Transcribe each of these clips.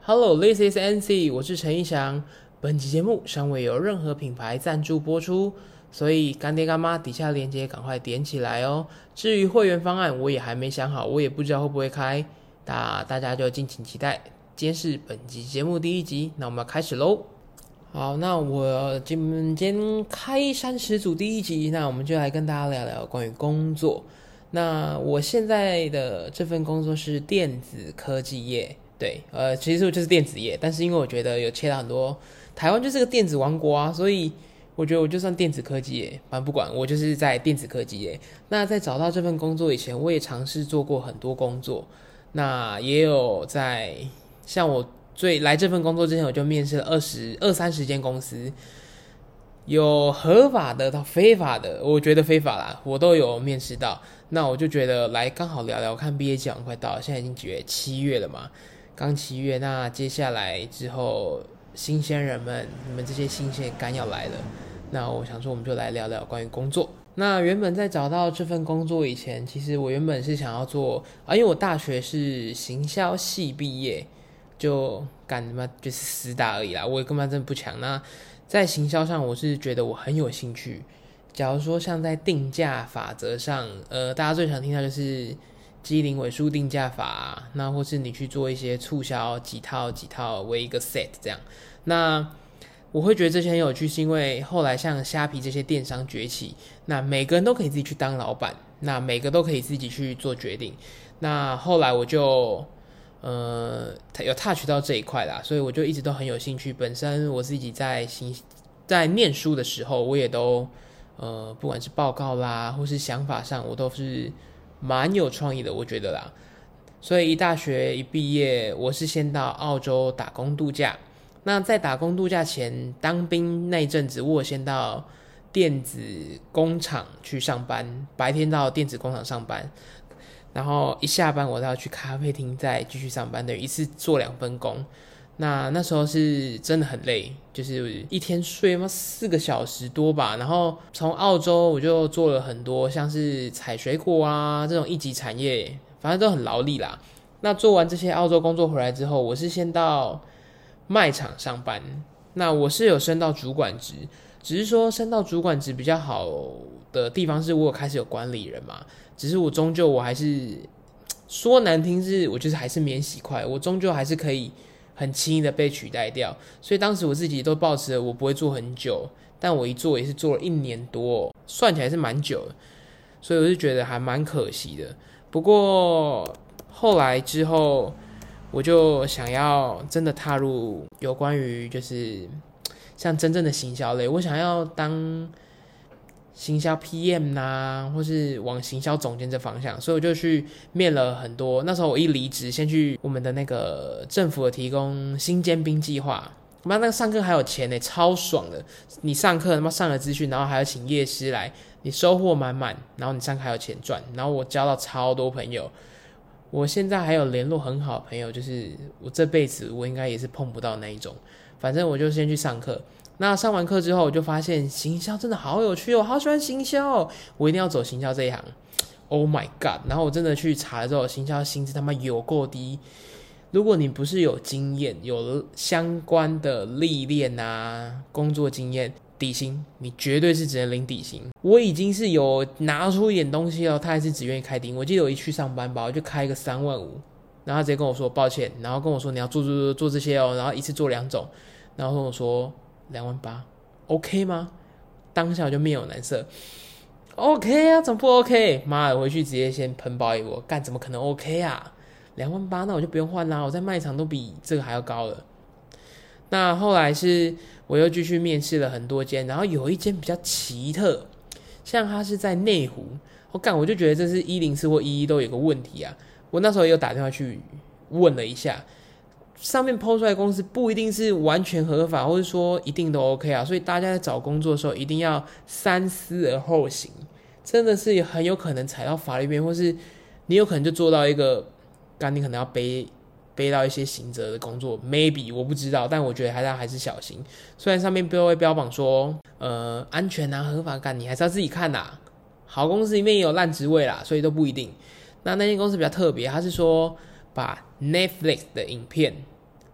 Hello, this is NC， 我是陈义翔。本期节目尚未有任何品牌赞助播出，所以干爹干妈底下链接赶快点起来哦。至于会员方案，我也还没想好，我也不知道会不会开，大家就敬请期待。今天是本集节目第一集，那我们要开始喽。好，那我今天开山始祖第一集，那我们就来跟大家聊聊关于工作。那我现在的这份工作是电子科技业。对，其实就是电子业，但是因为我觉得有切到很多，台湾就是个电子王国啊，所以我觉得我就算电子科技业，反正不管，我就是在电子科技业。那在找到这份工作以前，我也尝试做过很多工作，那也有像我来这份工作之前，我就面试了20-30间公司，有合法的到非法的，我觉得非法啦，我都有面试到。那我就觉得来刚好聊聊，看毕业季快到了，现在已经7月了嘛。刚7月，那接下来之后，新鲜人们，你们这些新鲜肝要来了。那我想说，我们就来聊聊关于工作。那原本在找到这份工作以前，其实我原本是想要做因为我大学是行销系毕业，就就是死打而已啦，我也根本真的不强。那在行销上，我是觉得我很有兴趣。假如说像在定价法则上，大家最常听到就是机灵尾数定价法，那或是你去做一些促销，几套为一个 set 这样。那我会觉得这些很有趣，是因为后来像虾皮这些电商崛起，那每个人都可以自己去当老板，那每个都可以自己去做决定。那后来我就有 touch 到这一块啦，所以我就一直都很有兴趣。本身我自己在念书的时候，我也都不管是报告啦，或是想法上，我都是蛮有创意的，我觉得啦。所以大学一毕业，我是先到澳洲打工度假。那在打工度假前，当兵那一阵子，我有先到电子工厂去上班，白天到电子工厂上班，然后一下班我都要去咖啡厅再继续上班，等于一次做2份工。那时候是真的很累，就是一天睡4个小时多吧。然后从澳洲我就做了很多像是采水果啊这种一级产业，反正都很劳力啦。那做完这些澳洲工作回来之后，我是先到卖场上班。那我是有升到主管职，只是说升到主管职比较好的地方是我有开始有管理人嘛，只是我终究我还是说难听是我就是还是免洗块，我终究还是可以很轻易的被取代掉。所以当时我自己都抱持了我不会做很久，但我一做也是做了1年多，算起来是蛮久的，所以我就觉得还蛮可惜的。不过后来之后我就想要真的踏入有关于就是像真正的行销类，我想要当行销 PM 或是往行销总监这方向，所以我就去面了很多。那时候我一离职，先去我们的那个政府的提供新尖兵计划，那个上课还有钱超爽的。你上课上了资讯，然后还要请业师来，你收获满满，然后你上课还有钱赚。然后我交到超多朋友，我现在还有联络很好的朋友，就是我这辈子我应该也是碰不到那一种。反正我就先去上课。那上完课之后，我就发现行销真的好有趣哦，好喜欢行销我一定要走行销这一行。Oh my god！ 然后我真的去查了之后，行销薪资他妈有够低。如果你不是有经验、有相关的历练工作经验，底薪你绝对是只能领底薪。我已经是有拿出一点东西了，他还是只愿意开低。我记得我一去上班吧，我就开一个3.5万，然后他直接跟我说抱歉，然后跟我说你要做这些哦，然后一次做2种，然后跟我说2.8万 OK 吗？当下我就面有难色。OK 啊，怎么不 OK？ 妈的，回去直接先喷爆一波，干怎么可能 OK 啊？2.8万那我就不用换啦，我在卖场都比这个还要高了。那后来是我又继续面试了很多间，然后有一间比较奇特，像它是在内湖，我就觉得这是104或11都有个问题啊。我那时候也有打电话去问了一下，上面 po 出来的公司不一定是完全合法，或者说一定都 OK 啊，所以大家在找工作的时候一定要三思而后行，真的是很有可能踩到法律边，或是你有可能就做到一个你可能要背到一些刑责的工作 ，maybe 我不知道，但我觉得还是小心。虽然上面会标榜说安全合法你还是要自己看啦。好公司里面也有烂职位啦，所以都不一定。那间公司比较特别，他是说把 Netflix 的影片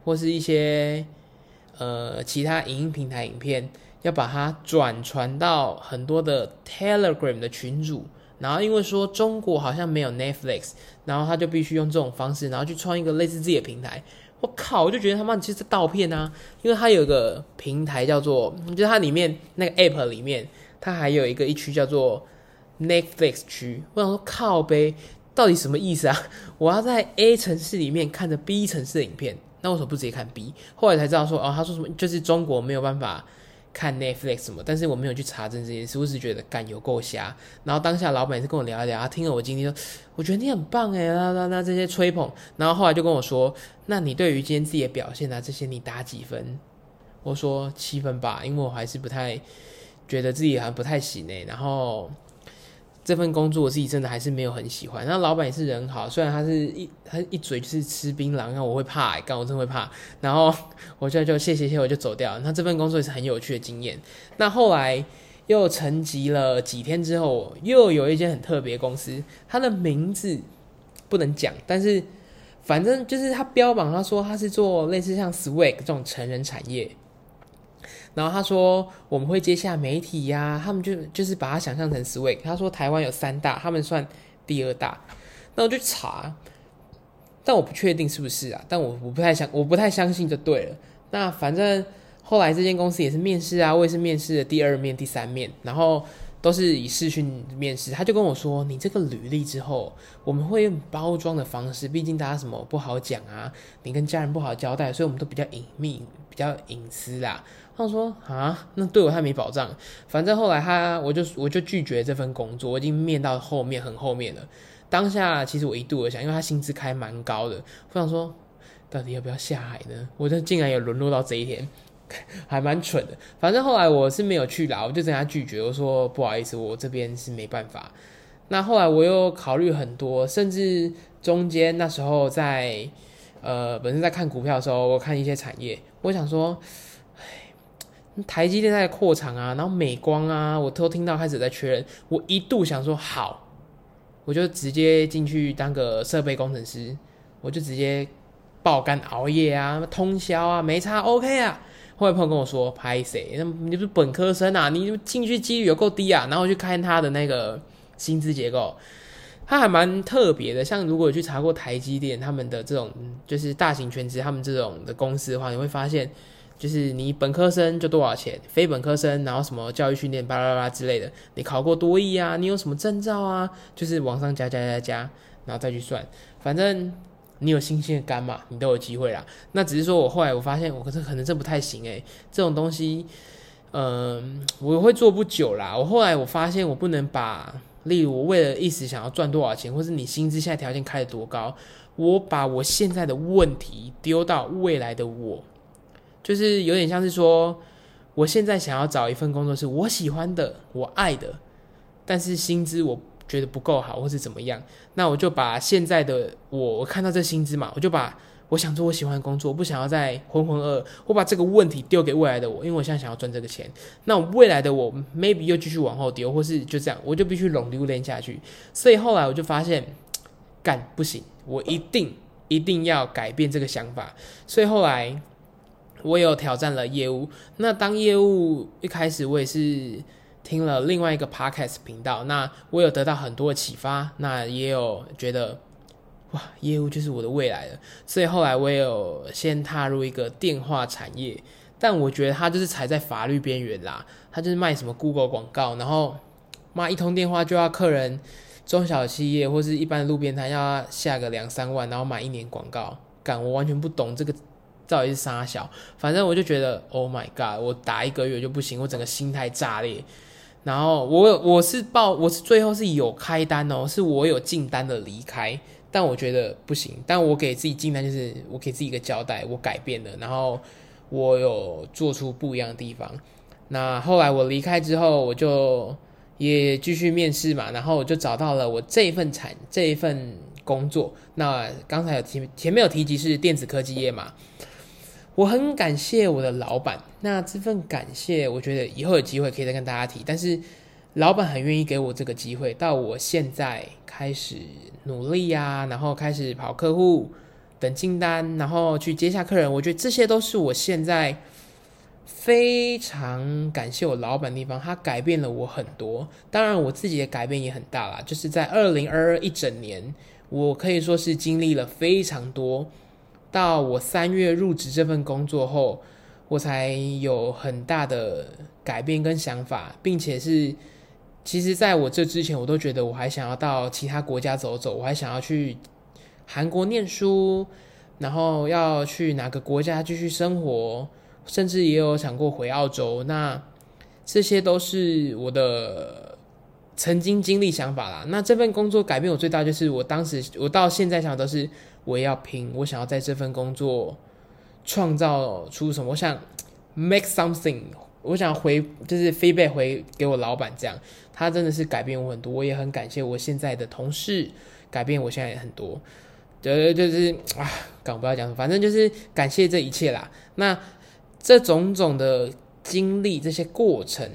或是一些其他影音平台影片，要把它转传到很多的 Telegram 的群组，然后因为说中国好像没有 Netflix， 然后他就必须用这种方式，然后去创一个类似自己的平台。我靠，我就觉得他妈就是盗骗啊！因为他有一个平台叫做，就是它里面那个 App 里面，它还有一区叫做 Netflix 区。我想说靠北，到底什么意思啊？我要在 A 城市里面看着 B 城市的影片，那为什么不直接看 B？ 后来才知道说，他说什么就是中国没有办法看 Netflix 什么，但是我没有去查证这件事，我只是觉得干有够瞎。然后当下老板也是跟我聊一聊，他听了我经历说，我觉得你很棒哎，那这些吹捧，然后后来就跟我说，那你对于今天自己的表现啊这些你打几分？我说7分吧，因为我还是不太觉得自己好像不太行哎，然后这份工作我自己真的还是没有很喜欢。那老板也是人好，虽然他一嘴就是吃槟榔，让我会怕干我真的会怕。然后我就谢，我就走掉了。那这份工作也是很有趣的经验。那后来又沉寂了几天之后，又有一间很特别的公司，它的名字不能讲，但是反正就是他标榜他说他是做类似像 Swag 这种成人产业。然后他说我们会接下媒体呀，他们就是把它想象成 Swag。他说台湾有3大，他们算第2大。那我就查，但我不确定是不是啊，但我不太相信就对了。那反正后来这间公司也是面试啊，我也是面试的第2面、第3面，然后都是以视讯面试。他就跟我说，你这个履历之后，我们会用包装的方式，毕竟大家什么不好讲啊，你跟家人不好交代，所以我们都比较隐秘、比较隐私啦。他说啊，那对我太没保障。反正后来我就拒绝这份工作，我已经面到很后面了。当下其实我一度有想，因为他薪资开蛮高的，我想说到底要不要下海呢？我就竟然有沦落到这一天，还蛮蠢的。反正后来我是没有去啦，我就跟他拒绝，我说不好意思，我这边是没办法。那后来我又考虑很多，甚至中间那时候在本身在看股票的时候，我看一些产业，我想说台积电在扩厂啊，然后美光啊，我都听到开始在确认。我一度想说好，我就直接进去当个设备工程师，我就直接爆肝熬夜啊，通宵啊，没差 OK 啊。后来朋友跟我说拍谁？你不是本科生啊，你进去几率有够低啊。然后我去看他的那个薪资结构，它还蛮特别的。像如果有去查过台积电他们的这种就是大型全职他们这种的公司的话，你会发现。就是你本科生就多少钱，非本科生然后什么教育训练巴拉巴拉之类的，你考过多益啊，你有什么证照啊，就是往上加，然后再去算，反正你有新鲜的肝嘛，你都有机会啦。那只是说我后来我发现我可能这不太行这种东西我会做不久啦。我后来我发现我不能把例如我为了一时想要赚多少钱，或是你薪资现在条件开得多高，我把我现在的问题丢到未来的我，就是有点像是说我现在想要找一份工作是我喜欢的我爱的，但是薪资我觉得不够好或是怎么样，那我就把现在的我看到这薪资嘛，我就把我想做我喜欢的工作，我不想要再浑浑噩，我把这个问题丢给未来的我，因为我现在想要赚这个钱，那未来的我 maybe 又继续往后丢，或是就这样我就必须拢溜练下去。所以后来我就发现干不行，我一定要改变这个想法。所以后来我有挑战了业务。那当业务一开始我也是听了另外一个 podcast 频道，那我有得到很多的启发，那也有觉得哇，业务就是我的未来了。所以后来我也有先踏入一个电话产业，但我觉得它就是踩在法律边缘啦。它就是卖什么 Google 广告，然后一通电话就要客人中小企业或是一般的路边摊要下个2-3万，然后买1年广告，干我完全不懂这个到底是啥小。反正我就觉得 Oh my god， 我打1个月就不行，我整个心态炸裂。然后我是最后是有开单哦，是我有进单的离开，但我觉得不行。但我给自己进单就是我给自己一个交代，我改变了，然后我有做出不一样的地方。那后来我离开之后，我就也继续面试嘛，然后我就找到了我这一份工作。那刚才前面有提及是电子科技业嘛，我很感谢我的老板。那这份感谢我觉得以后有机会可以再跟大家提，但是老板很愿意给我这个机会，到我现在开始努力啊，然后开始跑客户， 等进单，然后去接下客人，我觉得这些都是我现在非常感谢我老板的地方，他改变了我很多。当然我自己的改变也很大啦，就是在2022一整年，我可以说是经历了非常多。到我3月入职这份工作后，我才有很大的改变跟想法，并且是其实在我这之前，我都觉得我还想要到其他国家走走，我还想要去韩国念书，然后要去哪个国家继续生活，甚至也有想过回澳洲。那这些都是我的曾经经历想法啦。那这份工作改变我最大，就是我到现在想的都是我也要拼，我想要在这份工作创造出什么，我想 make something， 我想就是 feedback 回给我老板，这样他真的是改变我很多，我也很感谢我现在的同事，改变我现在也很多。就是不要讲，反正就是感谢这一切啦。那这种种的经历，这些过程，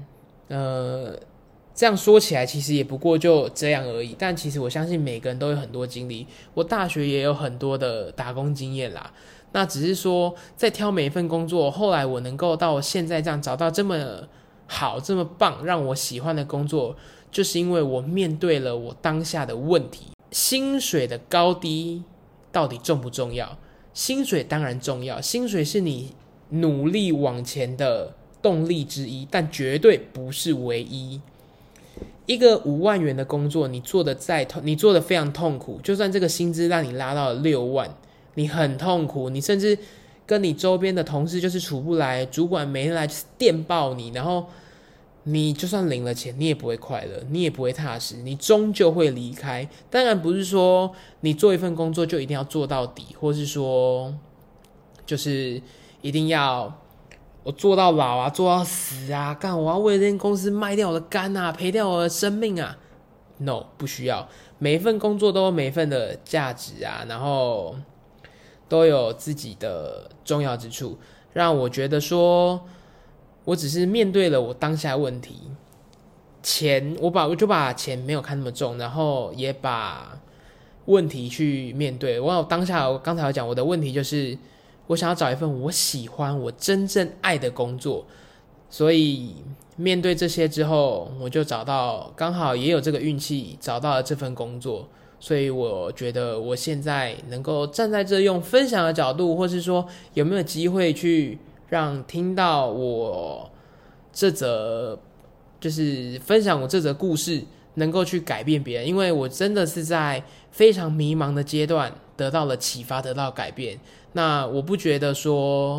这样说起来其实也不过就这样而已。但其实我相信每个人都有很多经历，我大学也有很多的打工经验啦。那只是说在挑每一份工作，后来我能够到现在这样找到这么好这么棒让我喜欢的工作，就是因为我面对了我当下的问题。薪水的高低到底重不重要？薪水当然重要，薪水是你努力往前的动力之一，但绝对不是唯一。一个5万元的工作，你做的非常痛苦，就算这个薪资让你拉到了6万，你很痛苦，你甚至跟你周边的同事就是处不来，主管每天来电报你，然后你就算领了钱，你也不会快乐，你也不会踏实，你终究会离开。当然不是说你做一份工作就一定要做到底，或是说就是一定要我做到老啊，做到死啊，我要为这间公司卖掉我的肝啊，赔掉我的生命啊。No， 不需要。每一份工作都有每一份的价值啊，然后都有自己的重要之处，让我觉得说我只是面对了我当下的问题，我就把钱没有看那么重，然后也把问题去面对。我刚才有讲，我的问题就是我想要找一份我喜欢、我真正爱的工作，所以面对这些之后，我就刚好也有这个运气找到了这份工作。所以我觉得我现在能够站在这用分享的角度，或是说有没有机会去让听到我这则就是分享我这则故事能够去改变别人，因为我真的是在非常迷茫的阶段得到了启发，得到改变。那我不觉得说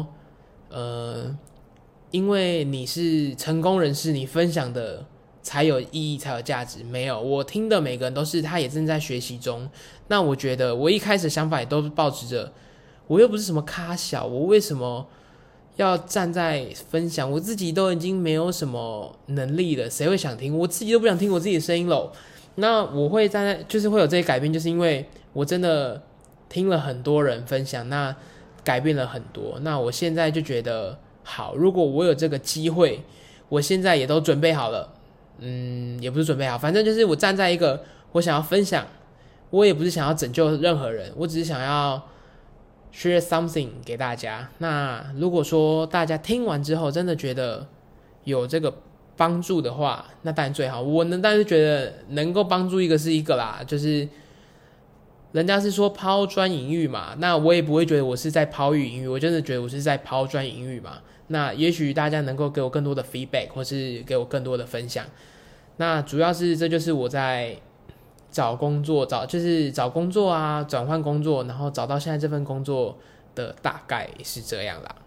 因为你是成功人士，你分享的才有意义，才有价值。没有，我听的每个人都是他也正在学习中。那我觉得我一开始想法也都是抱持着，我又不是什么咖小，我为什么要站在分享？我自己都已经没有什么能力了，谁会想听？我自己都不想听我自己的声音喽。那我会就是会有这些改变，就是因为我真的听了很多人分享，那改变了很多。那我现在就觉得好，如果我有这个机会，我现在也都准备好了。也不是准备好，反正就是我站在一个我想要分享，我也不是想要拯救任何人，我只是想要 share something 给大家。那如果说大家听完之后真的觉得有这个帮助的话，那当然最好。我当然是觉得能够帮助一个是一个啦，就是人家是说抛砖引玉嘛，那我也不会觉得我是在抛玉引玉，我真的觉得我是在抛砖引玉嘛。那也许大家能够给我更多的 feedback， 或是给我更多的分享。那主要是这就是我在找工作啊，转换工作，然后找到现在这份工作的大概是这样啦。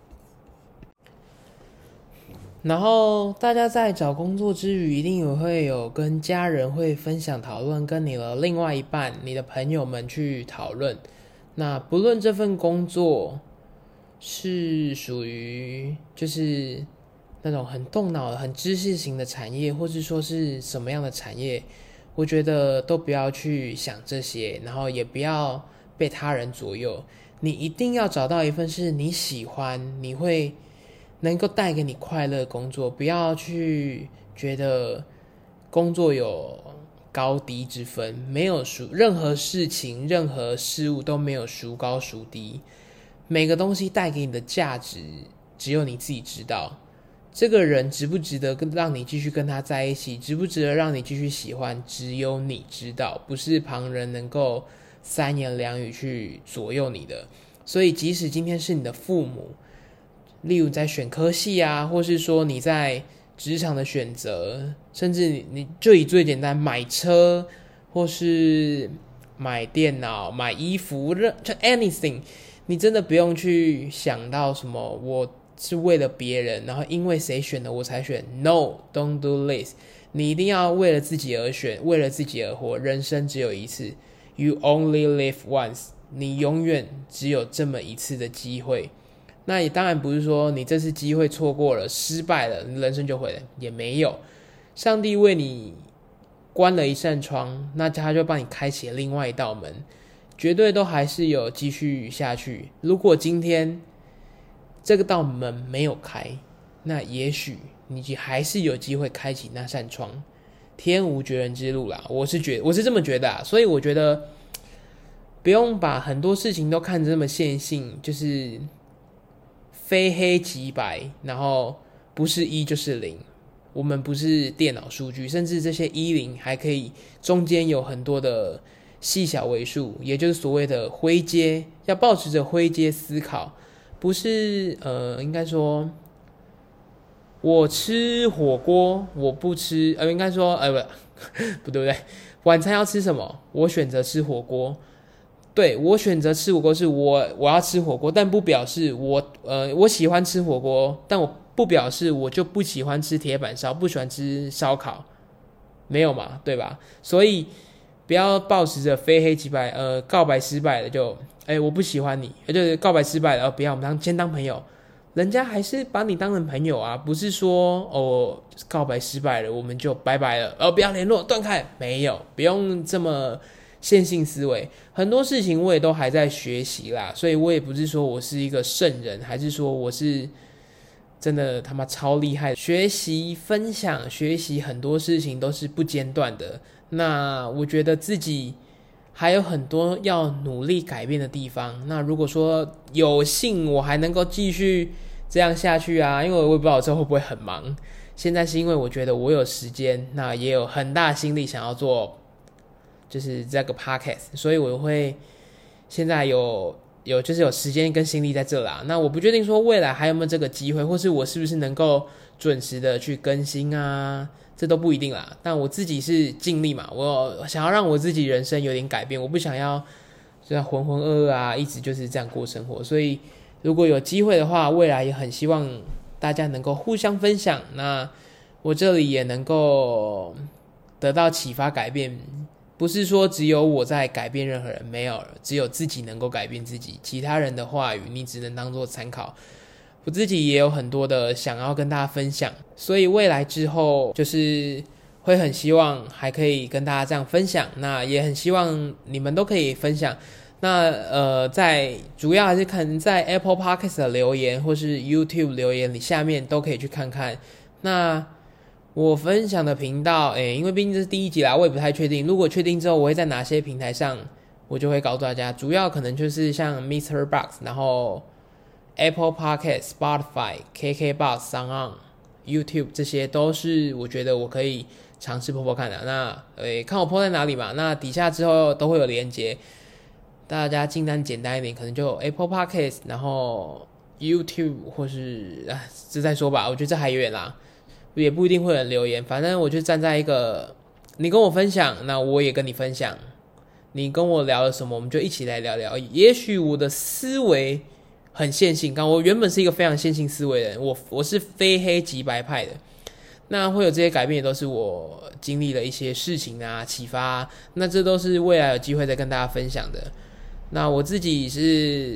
然后大家在找工作之余，一定也会有跟家人会分享讨论，跟你的另外一半、你的朋友们去讨论。那不论这份工作是属于就是那种很动脑的、很知识型的产业，或是说是什么样的产业，我觉得都不要去想这些，然后也不要被他人左右。你一定要找到一份是你喜欢、你会能够带给你快乐的工作，不要去觉得工作有高低之分，没有任何事情任何事物都没有孰高孰低，每个东西带给你的价值只有你自己知道，这个人值不值得让你继续跟他在一起，值不值得让你继续喜欢，只有你知道，不是旁人能够三言两语去左右你的。所以即使今天是你的父母，例如你在选科系啊，或是说你在职场的选择，甚至你就以最简单买车或是买电脑买衣服，就 anything， 你真的不用去想到什么我是为了别人，然后因为谁选的我才选。 No, don't do this， 你一定要为了自己而选，为了自己而活，人生只有一次， You only live once， 你永远只有这么一次的机会。那也当然不是说你这次机会错过了失败了你人生就毁了，也没有，上帝为你关了一扇窗，那他就帮你开启了另外一道门，绝对都还是有继续下去。如果今天这个道门没有开，那也许你还是有机会开启那扇窗，天无绝人之路啦，我是这么觉得啊。所以我觉得不用把很多事情都看这么线性，就是非黑即白，然后不是一就是零，我们不是电脑数据，甚至这些一零还可以中间有很多的细小微数，也就是所谓的灰阶，要保持着灰阶思考，不是应该说我吃火锅我不吃，应该说不对，晚餐要吃什么，我选择吃火锅，对，我选择吃火锅是我要吃火锅，但不表示我喜欢吃火锅，但我不表示我就不喜欢吃铁板烧，不喜欢吃烧烤，没有嘛，对吧？所以不要抱持着非黑即白，告白失败了就我不喜欢你，就是告白失败了，不要，我们先当朋友，人家还是把你当成朋友啊，不是说告白失败了我们就拜拜了，不要联络断开，没有，不用这么线性思维，很多事情我也都还在学习啦，所以我也不是说我是一个圣人，还是说我是真的他妈超厉害，学习分享学习很多事情都是不间断的。那我觉得自己还有很多要努力改变的地方，那如果说有幸我还能够继续这样下去啊，因为我也不知道我之后会不会很忙，现在是因为我觉得我有时间，那也有很大心力想要做就是这个 podcast， 所以我会现在就是有时间跟心力在这啦。那我不确定说未来还有没有这个机会，或是我是不是能够准时的去更新啊，这都不一定啦。但我自己是尽力嘛，我想要让我自己人生有点改变，我不想要这样浑浑噩噩啊，一直就是这样过生活。所以如果有机会的话，未来也很希望大家能够互相分享，那我这里也能够得到启发改变。不是说只有我在改变任何人，没有，只有自己能够改变自己，其他人的话语你只能当作参考。我自己也有很多的想要跟大家分享，所以未来之后就是会很希望还可以跟大家这样分享，那也很希望你们都可以分享。那在主要还是看在 Apple Podcast 的留言或是 YouTube 留言里下面都可以去看看。那我分享的频道因为毕竟这是第一集啦，我也不太确定，如果确定之后我会在哪些平台上我就会告诉大家，主要可能就是像 MixerBox， 然后 Apple Podcast、Spotify、KKBox、SoundOn、YouTube 这些都是我觉得我可以尝试播看的。那看我播在哪里嘛，那底下之后都会有连结，大家尽量简单一点，可能就 Apple Podcast 然后 YouTube 或是这再说吧，我觉得这还远啦，也不一定会有人留言，反正我就站在一个你跟我分享，那我也跟你分享，你跟我聊了什么我们就一起来聊聊。也许我的思维很线性，我原本是一个非常线性思维的人，我是非黑即白派的，那会有这些改变也都是我经历了一些事情啊启发啊，那这都是未来有机会再跟大家分享的。那我自己是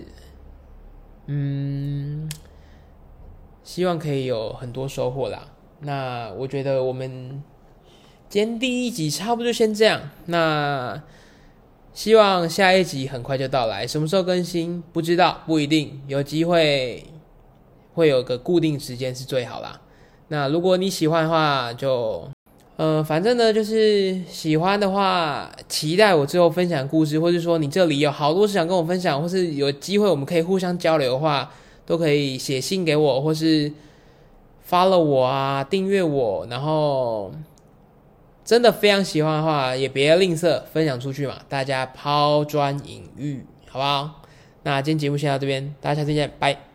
希望可以有很多收获啦。那我觉得我们今天第一集差不多就先这样，那希望下一集很快就到来，什么时候更新不知道，不一定，有机会会有个固定时间是最好啦。那如果你喜欢的话就反正呢，就是喜欢的话，期待我最后分享故事，或是说你这里有好多事想跟我分享，或是有机会我们可以互相交流的话，都可以写信给我，或是 follow 我啊，订阅我，然后真的非常喜欢的话，也别吝啬分享出去嘛，大家抛砖引玉，好不好？那今天节目先到这边，大家下次见，拜。